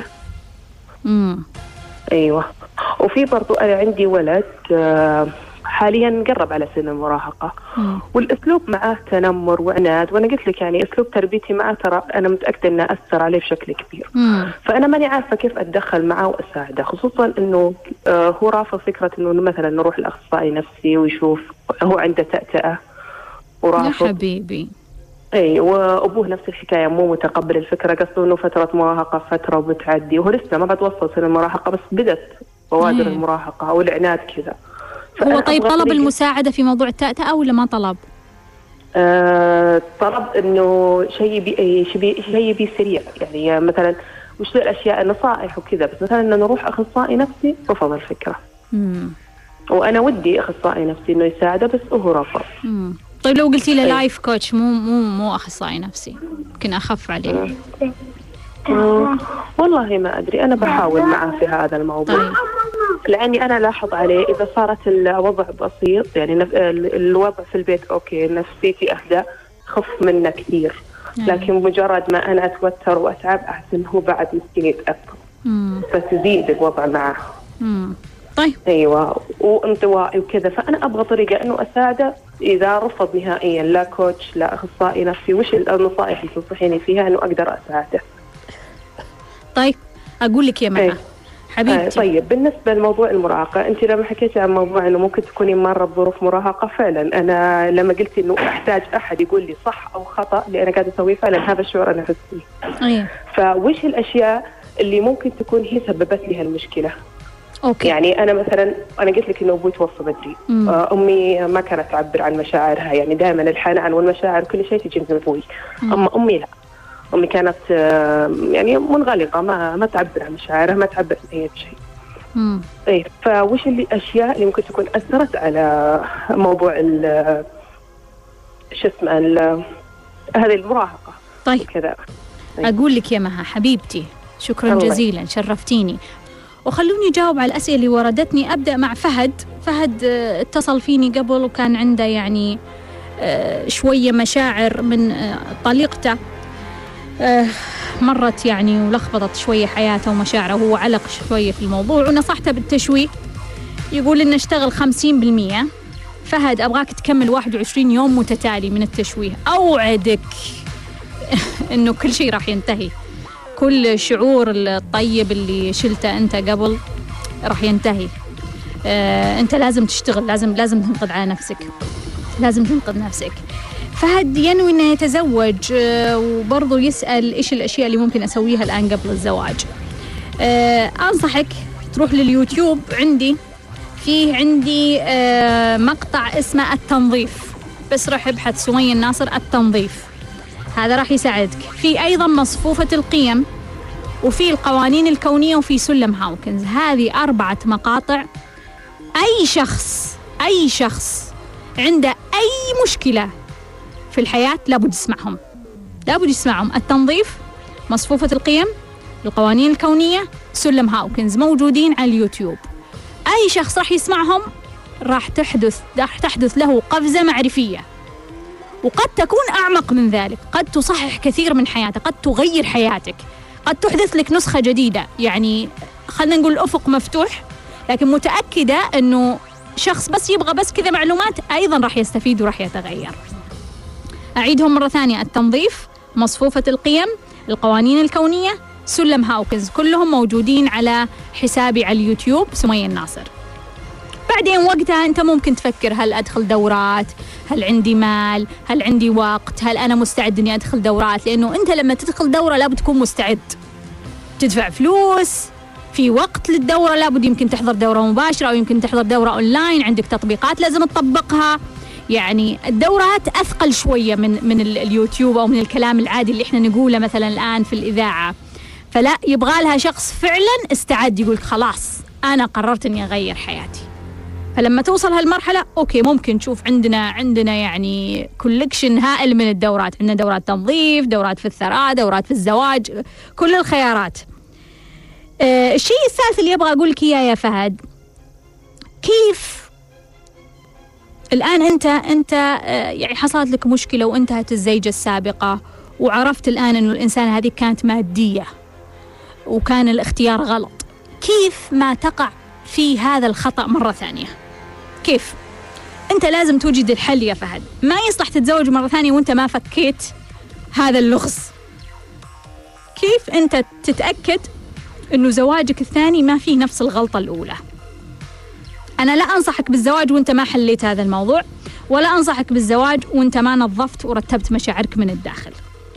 أيوة. وفي برضو أنا عندي ولد حاليا قرب على سن المراهقة، والأسلوب معاه تنمر وعناد، وأنا قلت لك يعني أسلوب تربيتي معاه ترى أنا متأكدة أنه أثر عليه بشكل كبير. فأنا ماني عارفة كيف أتدخل معه وأساعده، خصوصا أنه هو رافض فكرة أنه مثلا نروح لأخصائي نفسي ويشوف، هو عنده تأتأة ورافض. يا حبيبي. اي وابوه نفس الحكايه، مو متقبل الفكره، قصده انه فتره مراهقه فتره وبتعدي، وهو لسه ما بعد وصل سن المراهقه بس بدت بوادر المراهقه او العناد كذا. هو طيب طلب المساعده في موضوع التأتأة ولا ما طلب؟ طلب انه شيء يبي سريع، يعني مثلا وش الاشياء النصائح وكذا، بس مثلا انه نروح اخصائي نفسي رفض الفكره. وانا ودي اخصائي نفسي انه يساعده بس هو رفض. طيب لو قلتي له لايف كوتش مو اخصائي نفسي يمكن اخف عليه. والله ما أدري، أنا بحاول معه في هذا الموضوع. لأني أنا لاحظ عليه إذا صارت الوضع بسيط، يعني الوضع في البيت أوكي، نفسيتي أهدى، خف منه كثير. لكن مجرد ما أنا أتوتر وأتعب أحسن هو بعد مسكين يتأثر، فتزيد الوضع معه. طيب. أيوة، وانطوائي وكذا. فأنا أبغى طريقة إنه أساعده إذا رفض نهائيا، لا كوتش لا أخصائي نفسي، وش النصائح اللي تنصحيني فيها إنه أقدر أساعده؟ طيب أقول لك يا مها حبيبتي. طيب بالنسبة لموضوع المراهقة، أنت لما حكيتي عن موضوع إنه ممكن تكوني مرة بظروف مراهقة، فعلا أنا لما قلتي إنه أحتاج أحد يقول لي صح أو خطأ اللي أنا قاعدة أسويه، فعلا هذا الشعور أنا أحس فيه. فوش الأشياء اللي ممكن تكون هي سببت لي هالمشكلة؟ أوكي. يعني أنا مثلا أنا قلت لك إنه أبوي توفى بدري، أمي ما كانت تعبر عن مشاعرها، يعني دائما الحنان والمشاعر كل شيء تجي من أبوي. أما أمي لا، أمي كانت يعني منغلقة، ما تعبر عن مشاعرها، ما تعبر عن أي شيء. طيب فوش الأشياء اللي ممكن تكون أثرت على موضوع شو اسمه هذه المراهقة؟ طيب كذا. أقول لك يا مها حبيبتي، شكرا جزيلا، شرفتيني. وخلوني أجاوب على الأسئلة اللي وردتني. أبدأ مع فهد. اتصل فيني قبل وكان عنده يعني شوية مشاعر من طليقته، مرت يعني ولخبطت شوية حياته ومشاعره، وهو علق شوية في الموضوع ونصحته بالتشويه. يقول إنه اشتغل 50%. فهد أبغاك تكمل 21 يوم متتالي من التشويه، أوعدك إنه كل شيء راح ينتهي، كل الشعور الطيب اللي شلته أنت قبل راح ينتهي. أنت لازم تشتغل، لازم تنقذ على نفسك، لازم تنقذ نفسك. فهد ينوي أنه يتزوج، وبرضه يسأل إيش الأشياء اللي ممكن أسويها الآن قبل الزواج. أنصحك تروح لليوتيوب. عندي مقطع اسمه التنظيف، بس راح ابحث سمية الناصر التنظيف، هذا راح يساعدك. في أيضا مصفوفة القيم، وفي القوانين الكونية، وفي سلم هاوكنز. هذه 4 مقاطع أي شخص عنده أي مشكلة في الحياة لابد يسمعهم. التنظيف، مصفوفة القيم، القوانين الكونية، سلم هاوكنز، موجودين على اليوتيوب. أي شخص راح يسمعهم راح تحدث له قفزة معرفية، وقد تكون أعمق من ذلك، قد تصحح كثير من حياتك، قد تغير حياتك، قد تحدث لك نسخة جديدة. يعني خلنا نقول الأفق مفتوح، لكن متأكدة أنه شخص بس يبغى بس كذا معلومات أيضا راح يستفيد وراح يتغير. أعيدهم مرة ثانية: التنظيف، مصفوفة القيم، القوانين الكونية، سلم هاوكنز، كلهم موجودين على حسابي على اليوتيوب سمية الناصر. بعدين وقتها أنت ممكن تفكر: هل أدخل دورات؟ هل عندي مال؟ هل عندي وقت؟ هل أنا مستعد أني أدخل دورات؟ لأنه أنت لما تدخل دورة لابد تكون مستعد، تدفع فلوس، في وقت للدورة، لابد يمكن تحضر دورة مباشرة أو يمكن تحضر دورة أونلاين، عندك تطبيقات لازم تطبقها. يعني الدورات أثقل شوية من اليوتيوب أو من الكلام العادي اللي إحنا نقوله مثلا الآن في الإذاعة. فلا، يبغى لها شخص فعلا استعد يقول خلاص أنا قررت أني أغير حياتي. فلما توصل هالمرحلة أوكي، ممكن تشوف عندنا يعني كولكشن هائل من الدورات. عندنا دورات تنظيف، دورات في الثراء، دورات في الزواج، كل الخيارات. الشيء الثالث اللي أبغى أقول لك إياه يا فهد: كيف الآن أنت يعني حصلت لك مشكلة وانتهت الزيجة السابقة، وعرفت الآن إنه الإنسان هذه كانت مادية وكان الاختيار غلط، كيف ما تقع في هذا الخطأ مرة ثانية؟ كيف؟ أنت لازم توجد الحل يا فهد. ما يصلح تتزوج مرة ثانية وأنت ما فكيت هذا اللغز. كيف أنت تتأكد إنه زواجك الثاني ما فيه نفس الغلطة الأولى؟ أنا لا أنصحك بالزواج وأنت ما حليت هذا الموضوع، ولا أنصحك بالزواج وأنت ما نظفت ورتبت مشاعرك من الداخل.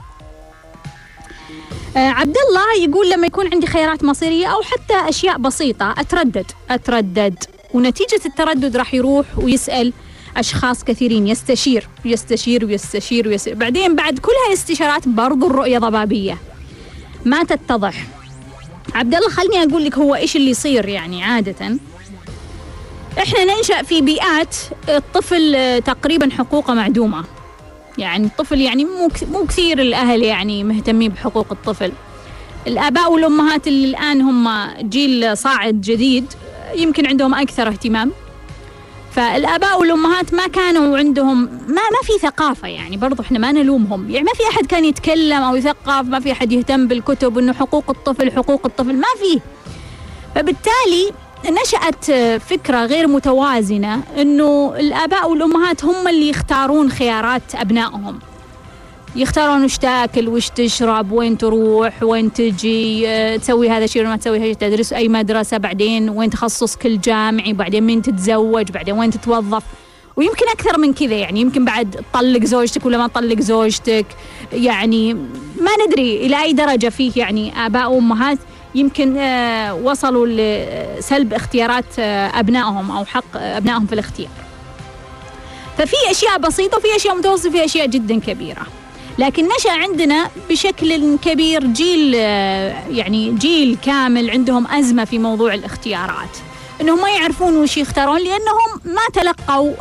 عبد الله يقول: لما يكون عندي خيارات مصيرية أو حتى أشياء بسيطة أتردد، ونتيجة التردد راح يروح ويسأل أشخاص كثيرين، يستشير. بعدين بعد كل هاي الاستشارات برضو الرؤية ضبابية، ما تتضح. عبد الله، خلني أقول لك هو إيش اللي يصير. يعني عادة إحنا ننشأ في بيئات الطفل تقريبا حقوقه معدومة. يعني الطفل يعني مو كثير الأهل يعني مهتمين بحقوق الطفل. الآباء والأمهات اللي الآن هم جيل صاعد جديد يمكن عندهم أكثر اهتمام. فالآباء والأمهات ما كانوا عندهم ما في ثقافة، يعني برضو إحنا ما نلومهم، يعني ما في أحد كان يتكلم أو يثقف، ما في أحد يهتم بالكتب إنه حقوق الطفل ما فيه. فبالتالي نشأت فكرة غير متوازنة إنه الآباء والأمهات هم اللي يختارون خيارات أبنائهم، يختارون وش تاكل وش تشرب وين تروح وين تجي، تسوي هذا الشيء وما تسوي هذا، تدرس أي مدرسة، بعدين وين تخصصك الجامعي، بعدين مين تتزوج، بعدين وين تتوظف، ويمكن أكثر من كذا. يعني يمكن بعد تطلق زوجتك ولا ما تطلق زوجتك، يعني ما ندري إلى أي درجة فيه يعني آباء وأمهات يمكن وصلوا لسلب اختيارات أبنائهم أو حق أبنائهم في الاختيار. ففي أشياء بسيطة وفي أشياء متوسطة وفي أشياء جدا كبيرة. لكن نشأ عندنا بشكل كبير جيل، يعني جيل كامل عندهم أزمة في موضوع الاختيارات، إنهم ما يعرفون وش يختارون لأنهم ما تلقوا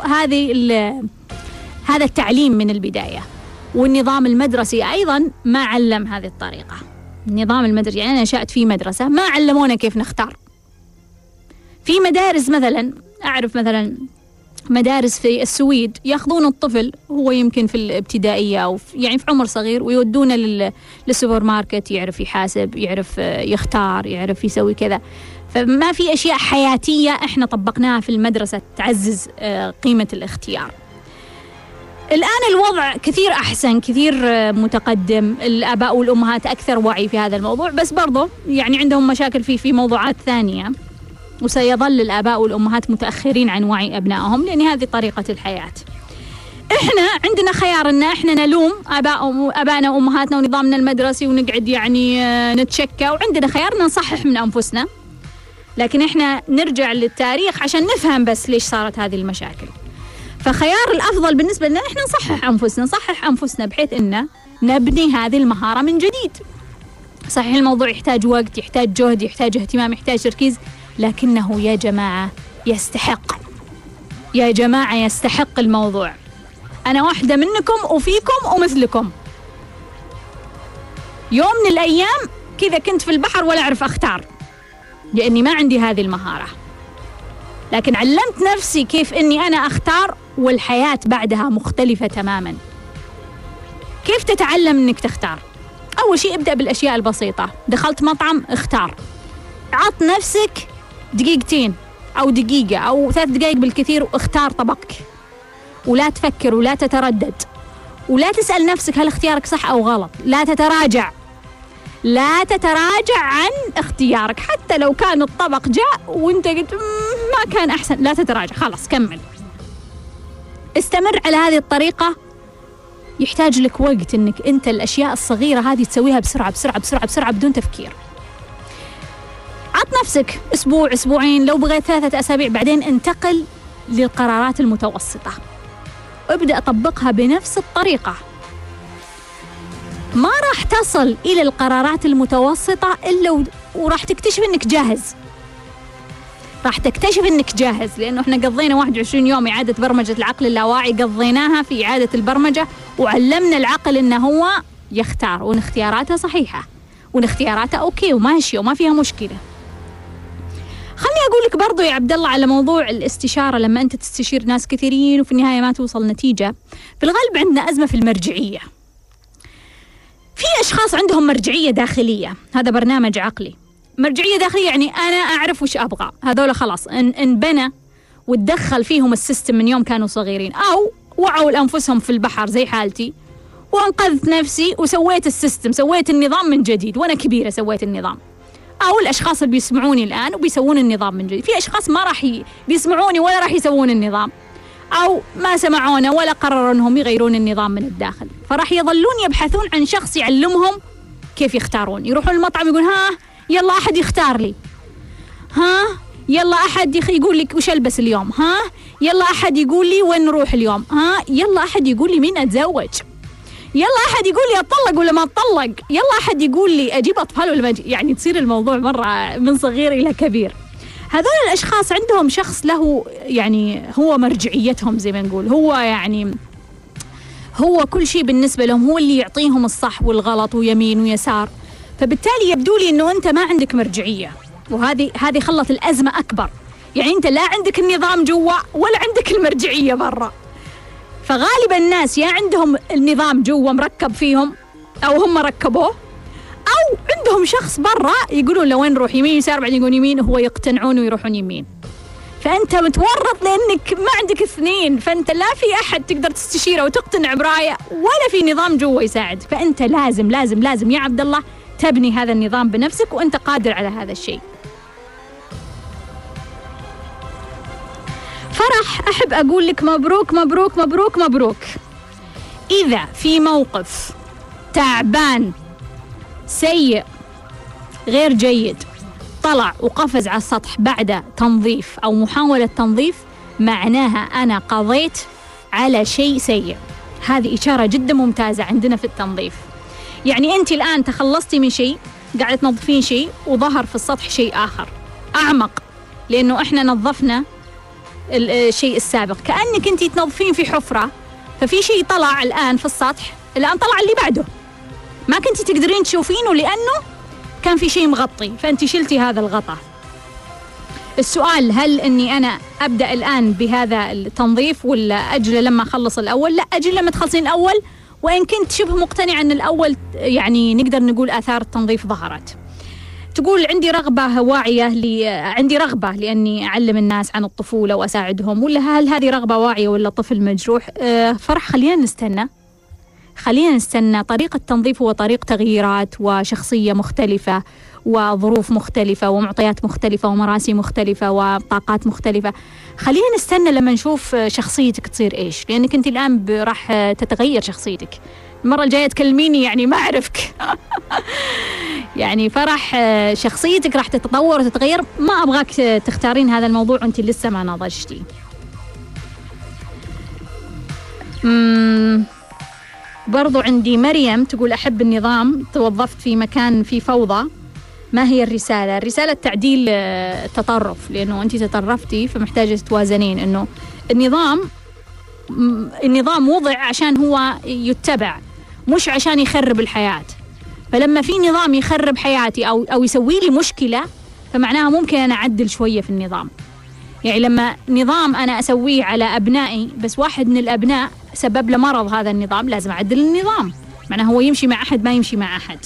هذا التعليم من البداية. والنظام المدرسي أيضا ما علم هذه الطريقة. النظام المدرسي، يعني أنا نشأت في مدرسة ما علمونا كيف نختار. في مدارس مثلا أعرف مثلا مدارس في السويد ياخذون الطفل هو يمكن في الابتدائية أو يعني في عمر صغير ويودونه للسوبر ماركت، يعرف يحاسب، يعرف يختار، يعرف يسوي كذا. فما في أشياء حياتية إحنا طبقناها في المدرسة تعزز قيمة الاختيار. الآن الوضع كثير أحسن، كثير متقدم، الآباء والأمهات أكثر وعي في هذا الموضوع، بس برضه يعني عندهم مشاكل في موضوعات ثانية، وسيظل الآباء والأمهات متأخرين عن وعي أبنائهم لأن هذه طريقة الحياة. إحنا عندنا خيار إن إحنا نلوم آبائنا وأمهاتنا ونظامنا المدرسي ونقعد يعني نتشكى، وعندنا خيار نصحح من أنفسنا، لكن إحنا نرجع للتاريخ عشان نفهم بس ليش صارت هذه المشاكل. فخيار الأفضل بالنسبة لنا إحنا نصحح أنفسنا بحيث إن نبني هذه المهارة من جديد. صحيح الموضوع يحتاج وقت، يحتاج جهد، يحتاج اهتمام، يحتاج تركيز، لكنه يا جماعة يستحق الموضوع. أنا واحدة منكم وفيكم ومثلكم. يوم من الأيام كذا كنت في البحر ولا أعرف أختار لأني ما عندي هذه المهارة، لكن علمت نفسي كيف أني أنا أختار، والحياة بعدها مختلفة تماما. كيف تتعلم أنك تختار؟ أول شيء ابدأ بالأشياء البسيطة. دخلت مطعم، اختار، عط نفسك دقيقتين أو دقيقة أو 3 دقائق بالكثير واختار طبقك، ولا تفكر ولا تتردد ولا تسأل نفسك هل اختيارك صح أو غلط. لا تتراجع عن اختيارك، حتى لو كان الطبق جاء وانت قلت ما كان أحسن، لا تتراجع، خلاص كمل، استمر على هذه الطريقة. يحتاج لك وقت انك انت الأشياء الصغيرة هذه تسويها بسرعة بسرعة بسرعة بسرعة بدون تفكير. عط نفسك أسبوع، أسبوعين، لو بغيت 3 أسابيع، بعدين انتقل للقرارات المتوسطة، ابدأ طبقها بنفس الطريقة. ما راح تصل إلى القرارات المتوسطة إلا وراح تكتشف إنك جاهز، لأنه إحنا قضينا 21 يوم إعادة برمجة العقل اللاواعي، قضيناها في إعادة البرمجة، وعلمنا العقل إنه هو يختار، وإن اختياراته صحيحة، وإن اختياراته أوكي وماشية وما فيها مشكلة. خلني أقول لك برضو يا عبد الله على موضوع الاستشارة. لما أنت تستشير ناس كثيرين وفي النهاية ما توصل نتيجة، في الغالب عندنا أزمة في المرجعية. في أشخاص عندهم مرجعية داخلية، هذا برنامج عقلي. مرجعية داخلية يعني أنا أعرف وش أبغى، هذول خلاص انبنى وتدخل فيهم السيستم من يوم كانوا صغيرين، أو وعوا لأنفسهم في البحر زي حالتي وأنقذت نفسي وسويت السيستم، سويت النظام من جديد وأنا كبيرة سويت النظام. أو الأشخاص اللي بيسمعوني الآن وبيسوون النظام من جديد. في أشخاص ما راح بيسمعوني ولا راح يسوون النظام، أو ما سمعونا ولا قرروا أنهم يغيرون النظام من الداخل، فراح يظلون يبحثون عن شخص يعلمهم كيف يختارون. يروحون المطعم يقول ها يلا أحد يختار لي، ها يلا أحد يقول لي وش ألبس اليوم، ها يلا أحد يقول لي وين نروح اليوم، ها يلا أحد يقول لي مين أتزوج، يلا أحد يقول لي أطلق ولا ما أطلق، يلا أحد يقول لي أجيب أطفال ولا ما أجيب. يعني تصير الموضوع مرة من صغير إلى كبير. هذول الأشخاص عندهم شخص له يعني هو مرجعيتهم زي ما نقول، هو يعني هو كل شيء بالنسبة لهم، هو اللي يعطيهم الصح والغلط ويمين ويسار. فبالتالي يبدو لي أنه أنت ما عندك مرجعية، وهذه خلت الأزمة أكبر. يعني أنت لا عندك النظام جوا ولا عندك المرجعية برا. فغالبا الناس يا عندهم النظام جوا مركب فيهم أو هم ركبوه، أو عندهم شخص برا يقولون لوين نروح، يمين يسار، بعدين يقولون يمين وهو يقتنعون ويروحون يمين. فأنت متورط لأنك ما عندك اثنين، فأنت لا في أحد تقدر تستشيره وتقتنع برايه ولا في نظام جوا يساعد. فأنت لازم لازم لازم يا عبد الله تبني هذا النظام بنفسك، وأنت قادر على هذا الشيء. فرح، أحب أقول لك مبروك مبروك مبروك مبروك. إذا في موقف تعبان سيء غير جيد طلع وقفز على السطح بعد تنظيف أو محاولة تنظيف، معناها أنا قضيت على شيء سيء. هذه إشارة جدا ممتازة عندنا في التنظيف. يعني أنت الآن تخلصتي من شيء، قاعدة تنظفين شيء وظهر في السطح شيء آخر أعمق، لأنه إحنا نظفنا الشيء السابق. كأنك أنت تنظفين في حفرة، ففي شيء طلع الآن في السطح، الآن طلع اللي بعده ما كنت تقدرين تشوفينه لأنه كان في شيء مغطي، فأنت شلتي هذا الغطاء. السؤال هل أني أنا أبدأ الآن بهذا التنظيف ولا أجل لما أخلص الأول؟ لا، أجل لما تخلصين الأول، وإن كنت شبه مقتنعة أن الأول يعني نقدر نقول آثار التنظيف ظهرت. تقول عندي رغبة واعية عندي رغبة لأني أعلم الناس عن الطفولة وأساعدهم، ولا هل هذه رغبة واعية ولا طفل مجروح؟ فرح، خلينا نستنى. طريقة التنظيف هو طريق تغييرات وشخصية مختلفة وظروف مختلفة ومعطيات مختلفة ومراسي مختلفة وطاقات مختلفة. خلينا نستنى لما نشوف شخصيتك تصير إيش، لأنك أنت الآن راح تتغير شخصيتك. المرة الجاية تكلميني يعني ما أعرفك. يعني فرح، شخصيتك راح تتطور وتتغير. ما أبغاك تختارين هذا الموضوع وأنت لسه ما نضجتي. برضو عندي مريم تقول أحب النظام، توظفت في مكان في فوضى. ما هي الرسالة؟ الرسالة تعديل تطرف، لأنه أنت تطرفتي فمحتاجة توازنين. أنه النظام وضع عشان هو يتبع، مش عشان يخرب الحياة. فلما في نظام يخرب حياتي أو يسوي لي مشكلة، فمعناها ممكن أنا أعدل شوية في النظام. يعني لما نظام أنا أسويه على أبنائي، بس واحد من الأبناء سبب لمرض هذا النظام، لازم أعدل النظام. معناه هو يمشي مع أحد ما يمشي مع أحد.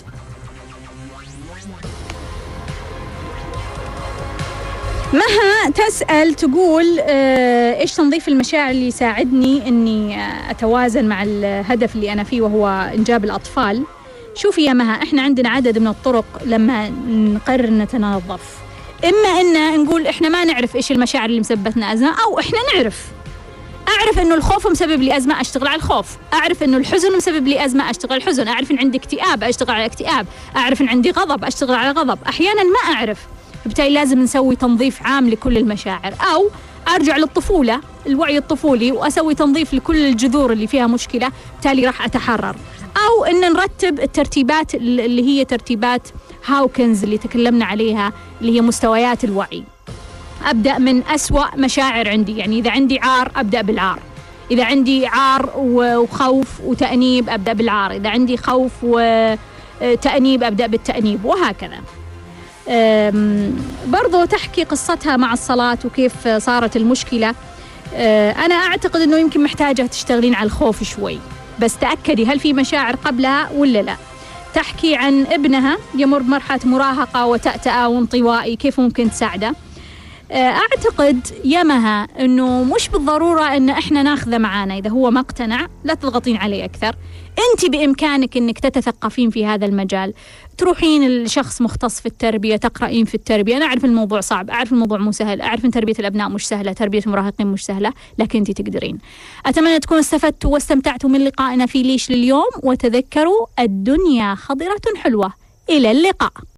مها تسأل تقول إيش تنظيف المشاعر اللي يساعدني أني أتوازن مع الهدف اللي أنا فيه وهو إنجاب الأطفال. شوفي يا مها، إحنا عندنا عدد من الطرق لما نقرر نتنظف. إما إن نقول إحنا ما نعرف إيش المشاعر اللي مسببتنا أزمة، أو إحنا أعرف إنه الخوف مسبب لي أزمة، أشتغل على الخوف. أعرف إنه الحزن مسبب لي أزمة، أشتغل على الحزن. أعرف إن عندي اكتئاب، أشتغل على الاكتئاب. أعرف إن عندي غضب، أشتغل على غضب. أحيانا ما أعرف، بالتالي لازم نسوي تنظيف عام لكل المشاعر. أو أرجع للطفولة، الوعي الطفولي، وأسوي تنظيف لكل الجذور اللي فيها مشكلة، بالتالي راح أتحرر. أو إن نرتب الترتيبات اللي هي ترتيبات هاوكنز اللي تكلمنا عليها، اللي هي مستويات الوعي. أبدأ من أسوأ مشاعر عندي، يعني إذا عندي عار أبدأ بالعار، إذا عندي عار وخوف وتأنيب أبدأ بالعار، إذا عندي خوف وتأنيب أبدأ بالتأنيب، وهكذا. برضو تحكي قصتها مع الصلاة وكيف صارت المشكلة. أنا أعتقد أنه يمكن محتاجة تشتغلين على الخوف شوي، بس تأكدي هل في مشاعر قبلها ولا لا. تحكي عن ابنها يمر بمرحلة مراهقة وتأتأة وانطوائي، كيف ممكن تساعده. أعتقد يا مها أنه مش بالضرورة أن إحنا ناخذه معانا. إذا هو ما اقتنع لا تضغطين عليه أكثر. أنت بإمكانك أنك تتثقفين في هذا المجال، تروحين لشخص مختص في التربية، تقرأين في التربية. أنا أعرف الموضوع صعب، أعرف الموضوع مو سهل، أعرف أن تربية الأبناء مش سهلة، تربية المراهقين مش سهلة، لكن أنت تقدرين. أتمنى تكونوا استفدتوا واستمتعتوا من لقائنا في ليش لليوم، وتذكروا الدنيا خضرة حلوة. إلى اللقاء.